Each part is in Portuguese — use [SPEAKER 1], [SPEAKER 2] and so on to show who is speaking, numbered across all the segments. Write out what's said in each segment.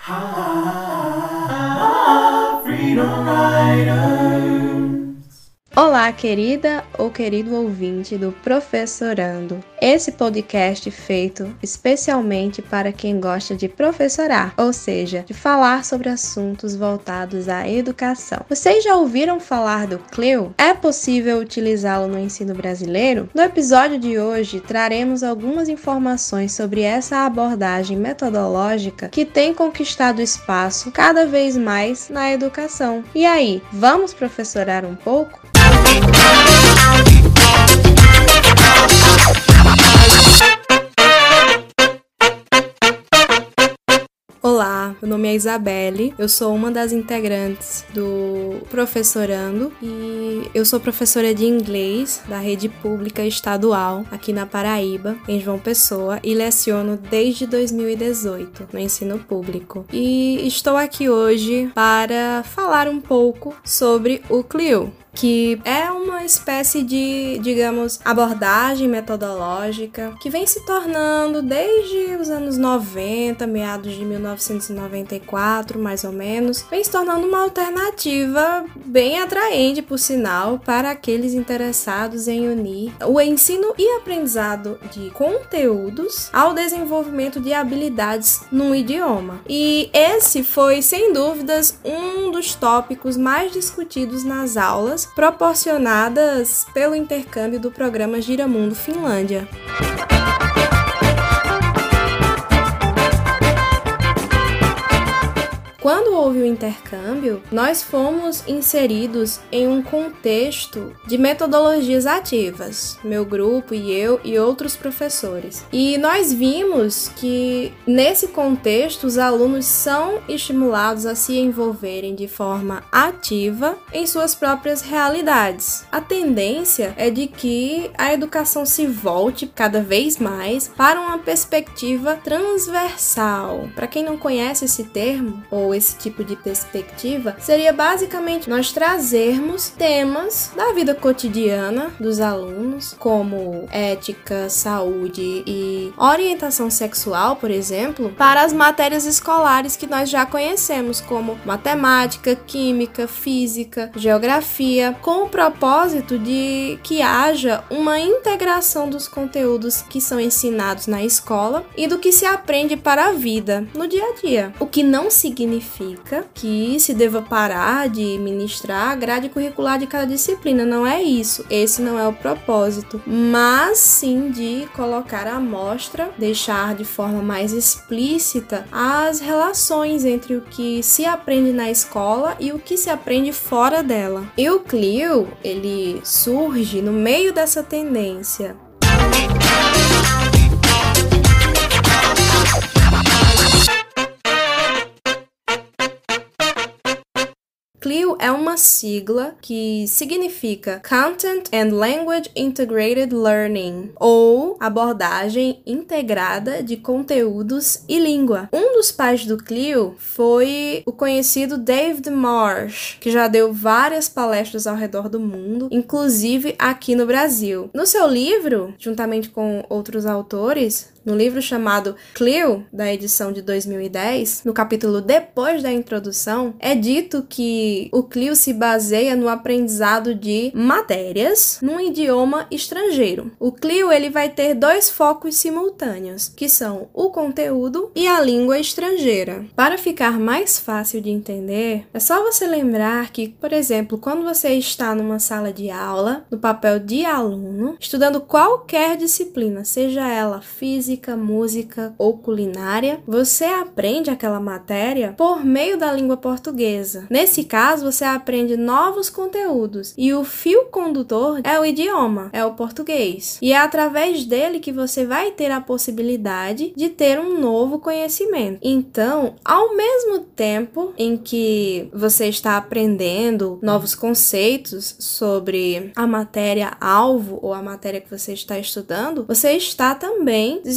[SPEAKER 1] Freedom Riders.
[SPEAKER 2] Olá, querida ou querido ouvinte do Professorando. Esse podcast feito especialmente para quem gosta de professorar, ou seja, de falar sobre assuntos voltados à educação. Vocês já ouviram falar do CLIL? É possível utilizá-lo no ensino brasileiro? No episódio de hoje, traremos algumas informações sobre essa abordagem metodológica que tem conquistado espaço cada vez mais na educação. E aí, vamos professorar um pouco? Olá, meu nome é Isabelle, eu sou uma das integrantes do Professorando e eu sou professora de inglês da rede pública estadual aqui na Paraíba, em João Pessoa, e leciono desde 2018 no ensino público. E estou aqui hoje para falar um pouco sobre o CLIL, que é uma espécie de, digamos, abordagem metodológica que vem se tornando desde os anos 90, meados de 1994, mais ou menos, vem se tornando uma alternativa bem atraente, por sinal, para aqueles interessados em unir o ensino e aprendizado de conteúdos ao desenvolvimento de habilidades num idioma. E esse foi, sem dúvidas, um dos tópicos mais discutidos nas aulas proporcionadas pelo intercâmbio do programa Giramundo Finlândia. Quando houve o intercâmbio, nós fomos inseridos em um contexto de metodologias ativas, meu grupo e eu e outros professores. E nós vimos que nesse contexto os alunos são estimulados a se envolverem de forma ativa em suas próprias realidades. A tendência é de que a educação se volte cada vez mais para uma perspectiva transversal. Para quem não conhece esse termo, ou esse tipo de perspectiva, seria basicamente nós trazermos temas da vida cotidiana dos alunos, como ética, saúde e orientação sexual, por exemplo, para as matérias escolares que nós já conhecemos, como matemática, química, física, geografia, com o propósito de que haja uma integração dos conteúdos que são ensinados na escola e do que se aprende para a vida, no dia a dia. O que não significa que se deva parar de ministrar a grade curricular de cada disciplina, não é isso, esse não é o propósito, mas sim de colocar à mostra, deixar de forma mais explícita as relações entre o que se aprende na escola e o que se aprende fora dela. E o CLIL, ele surge no meio dessa tendência. CLIL é uma sigla que significa Content and Language Integrated Learning, ou abordagem integrada de conteúdos e língua. Um dos pais do CLIL foi o conhecido David Marsh, que já deu várias palestras ao redor do mundo, inclusive aqui no Brasil. No seu livro, juntamente com outros autores, no livro chamado CLIL, da edição de 2010, no capítulo Depois da Introdução, é dito que o CLIL se baseia no aprendizado de matérias num idioma estrangeiro. O CLIL ele vai ter dois focos simultâneos, que são o conteúdo e a língua estrangeira. Para ficar mais fácil de entender, é só você lembrar que, por exemplo, quando você está numa sala de aula, no papel de aluno, estudando qualquer disciplina, seja ela física, música ou culinária, você aprende aquela matéria por meio da língua portuguesa. Nesse caso, você aprende novos conteúdos e o fio condutor é o idioma, é o português. E é através dele que você vai ter a possibilidade de ter um novo conhecimento. Então, ao mesmo tempo em que você está aprendendo novos conceitos sobre a matéria-alvo ou a matéria que você está estudando, você está também desenvolvendo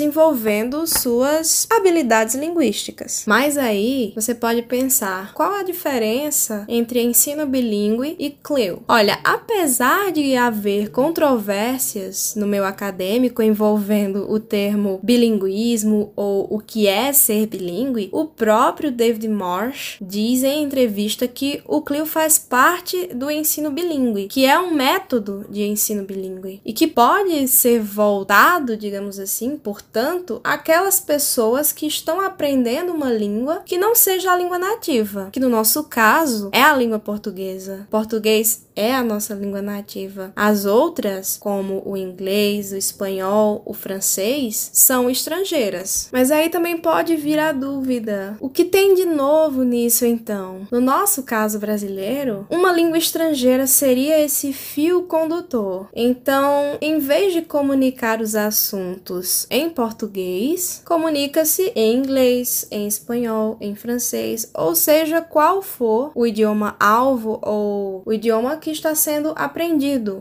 [SPEAKER 2] desenvolvendo suas habilidades linguísticas. Mas aí você pode pensar, qual a diferença entre ensino bilíngue e CLIL? Olha, apesar de haver controvérsias no meio acadêmico envolvendo o termo bilinguismo ou o que é ser bilíngue, o próprio David Marsh diz em entrevista que o CLIL faz parte do ensino bilíngue, que é um método de ensino bilíngue e que pode ser voltado, digamos assim, portanto, àquelas pessoas que estão aprendendo uma língua que não seja a língua nativa, que no nosso caso é a língua portuguesa. Português é a nossa língua nativa. As outras, como o inglês, o espanhol, o francês, são estrangeiras. Mas aí também pode vir a dúvida: o que tem de novo nisso então? No nosso caso brasileiro, uma língua estrangeira seria esse fio condutor. Então, em vez de comunicar os assuntos em português, comunica-se em inglês, em espanhol, em francês, ou seja, qual for o idioma alvo ou o idioma que está sendo aprendido.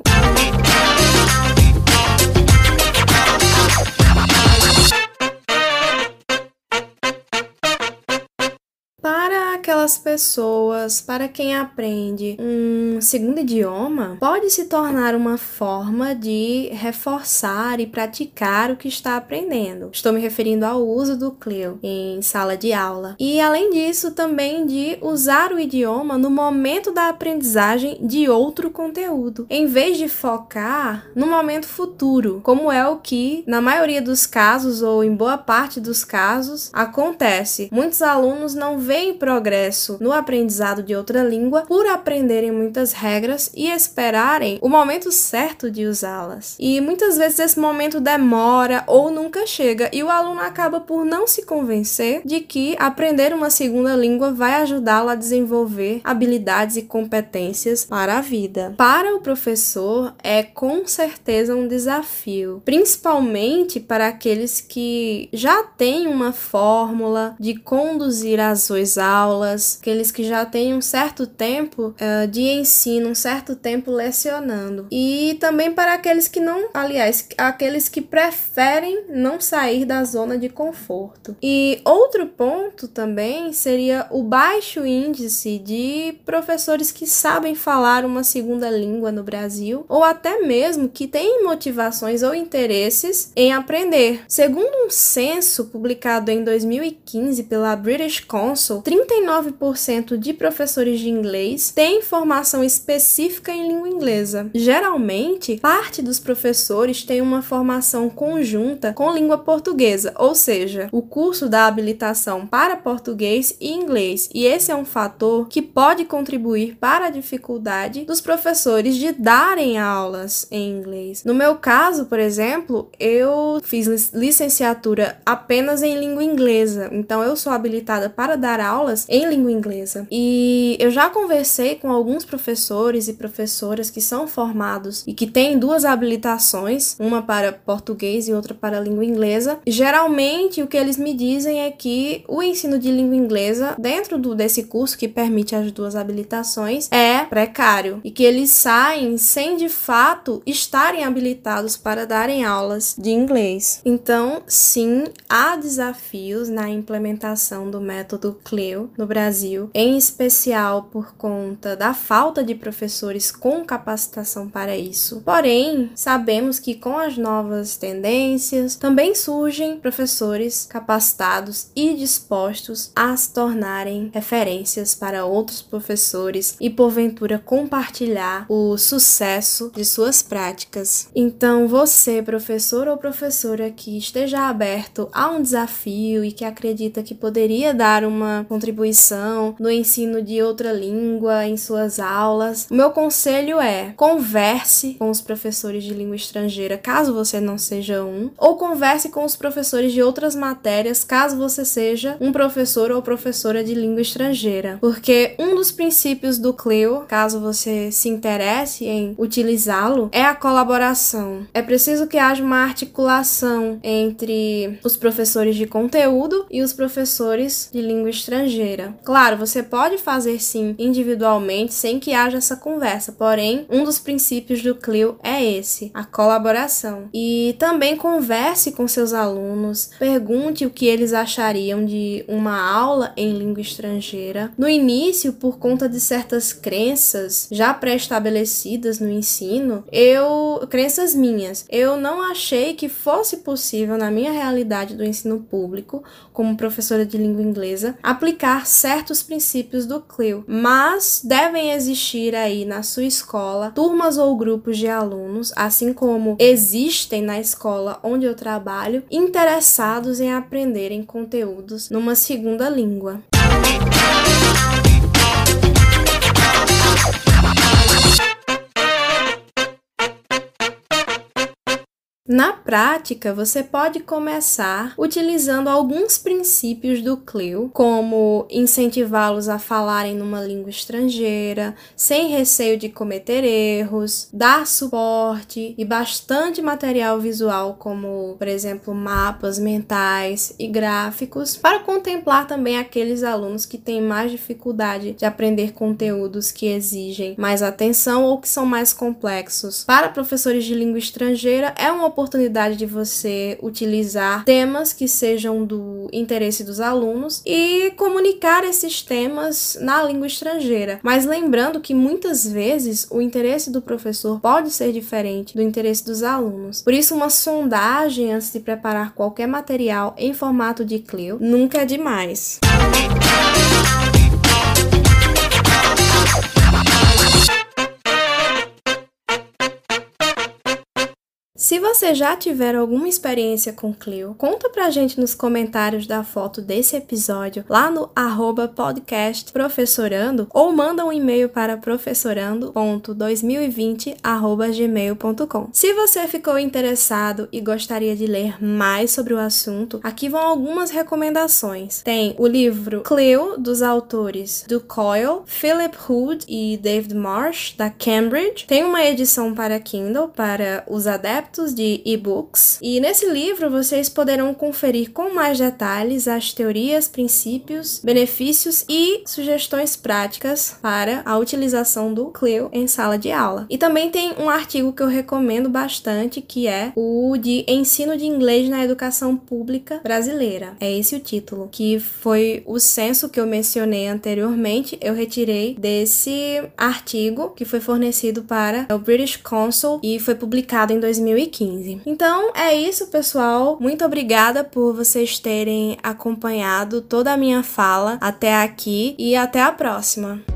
[SPEAKER 2] Para aquelas pessoas, para quem aprende um segundo idioma, pode se tornar uma forma de reforçar e praticar o que está aprendendo. Estou me referindo ao uso do CLIL em sala de aula. E, além disso, também de usar o idioma no momento da aprendizagem de outro conteúdo, em vez de focar no momento futuro, como é o que, na maioria dos casos, ou em boa parte dos casos, acontece. Muitos alunos não veem progresso no aprendizado de outra língua por aprenderem muitas regras e esperarem o momento certo de usá-las. E muitas vezes esse momento demora ou nunca chega e o aluno acaba por não se convencer de que aprender uma segunda língua vai ajudá-lo a desenvolver habilidades e competências para a vida. Para o professor, é com certeza um desafio, principalmente para aqueles que já têm uma fórmula de conduzir as suas aulas, aqueles que já têm um certo tempo de ensino, um certo tempo lecionando. E também para aqueles que não, aliás, aqueles que preferem não sair da zona de conforto. E outro ponto também seria o baixo índice de professores que sabem falar uma segunda língua no Brasil, ou até mesmo que têm motivações ou interesses em aprender. Segundo um censo publicado em 2015 pela British Council, 39% de professores de inglês têm formação específica em língua inglesa. Geralmente, parte dos professores tem uma formação conjunta com língua portuguesa, ou seja, o curso da habilitação para português e inglês, e esse é um fator que pode contribuir para a dificuldade dos professores de darem aulas em inglês. No meu caso, por exemplo, eu fiz licenciatura apenas em língua inglesa, então eu sou habilitada para dar aulas em língua inglesa. E eu já conversei com alguns professores e professoras que são formados e que têm duas habilitações, uma para português e outra para língua inglesa. Geralmente, o que eles me dizem é que o ensino de língua inglesa, dentro desse curso que permite as duas habilitações, é precário e que eles saem sem, de fato, estarem habilitados para darem aulas de inglês. Então, sim, há desafios na implementação do método CLIL no Brasil, em especial por conta da falta de professores com capacitação para isso. Porém, sabemos que com as novas tendências também surgem professores capacitados e dispostos a se tornarem referências para outros professores e, porventura, compartilhar o sucesso de suas práticas. Então, você, professor ou professora que esteja aberto a um desafio e que acredita que poderia dar uma contribuição no ensino de outra língua em suas aulas, o meu conselho é: converse com os professores de língua estrangeira, caso você não seja um, ou converse com os professores de outras matérias, caso você seja um professor ou professora de língua estrangeira, porque um dos princípios do CLIL, caso você se interesse em utilizá-lo, é a colaboração. É preciso que haja uma articulação entre os professores de conteúdo e os professores de língua estrangeira. estrangeira. Claro, você pode fazer sim individualmente sem que haja essa conversa, porém, um dos princípios do CLIL é esse, a colaboração. E também converse com seus alunos, pergunte o que eles achariam de uma aula em língua estrangeira. No início, por conta de certas crenças já pré-estabelecidas no ensino, crenças minhas, eu não achei que fosse possível na minha realidade do ensino público, como professora de língua inglesa, aplicar certos princípios do CLIL, mas devem existir aí na sua escola turmas ou grupos de alunos, assim como existem na escola onde eu trabalho, interessados em aprenderem conteúdos numa segunda língua. Na prática, você pode começar utilizando alguns princípios do CLIL, como incentivá-los a falarem numa língua estrangeira, sem receio de cometer erros, dar suporte e bastante material visual, como, por exemplo, mapas mentais e gráficos, para contemplar também aqueles alunos que têm mais dificuldade de aprender conteúdos que exigem mais atenção ou que são mais complexos. Para professores de língua estrangeira, é uma oportunidade de você utilizar temas que sejam do interesse dos alunos e comunicar esses temas na língua estrangeira. Mas lembrando que muitas vezes o interesse do professor pode ser diferente do interesse dos alunos. Por isso, uma sondagem antes de preparar qualquer material em formato de CLIL nunca é demais. Se você já tiver alguma experiência com CLIL, conta pra gente nos comentários da foto desse episódio lá no @podcastprofessorando ou manda um e-mail para professorando.2020@gmail.com. Se você ficou interessado e gostaria de ler mais sobre o assunto, aqui vão algumas recomendações. Tem o livro CLIL, dos autores do Coyle, Philip Hood e David Marsh, da Cambridge. Tem uma edição para Kindle, para os adeptos de e-books, e nesse livro vocês poderão conferir com mais detalhes as teorias, princípios, benefícios e sugestões práticas para a utilização do CLIL em sala de aula. E também tem um artigo que eu recomendo bastante, que é o de Ensino de Inglês na Educação Pública Brasileira. É esse o título, que foi o censo que eu mencionei anteriormente. Eu retirei desse artigo que foi fornecido para o British Council e foi publicado em 2015. Então é isso, pessoal. Muito obrigada por vocês terem acompanhado toda a minha fala até aqui e até a próxima.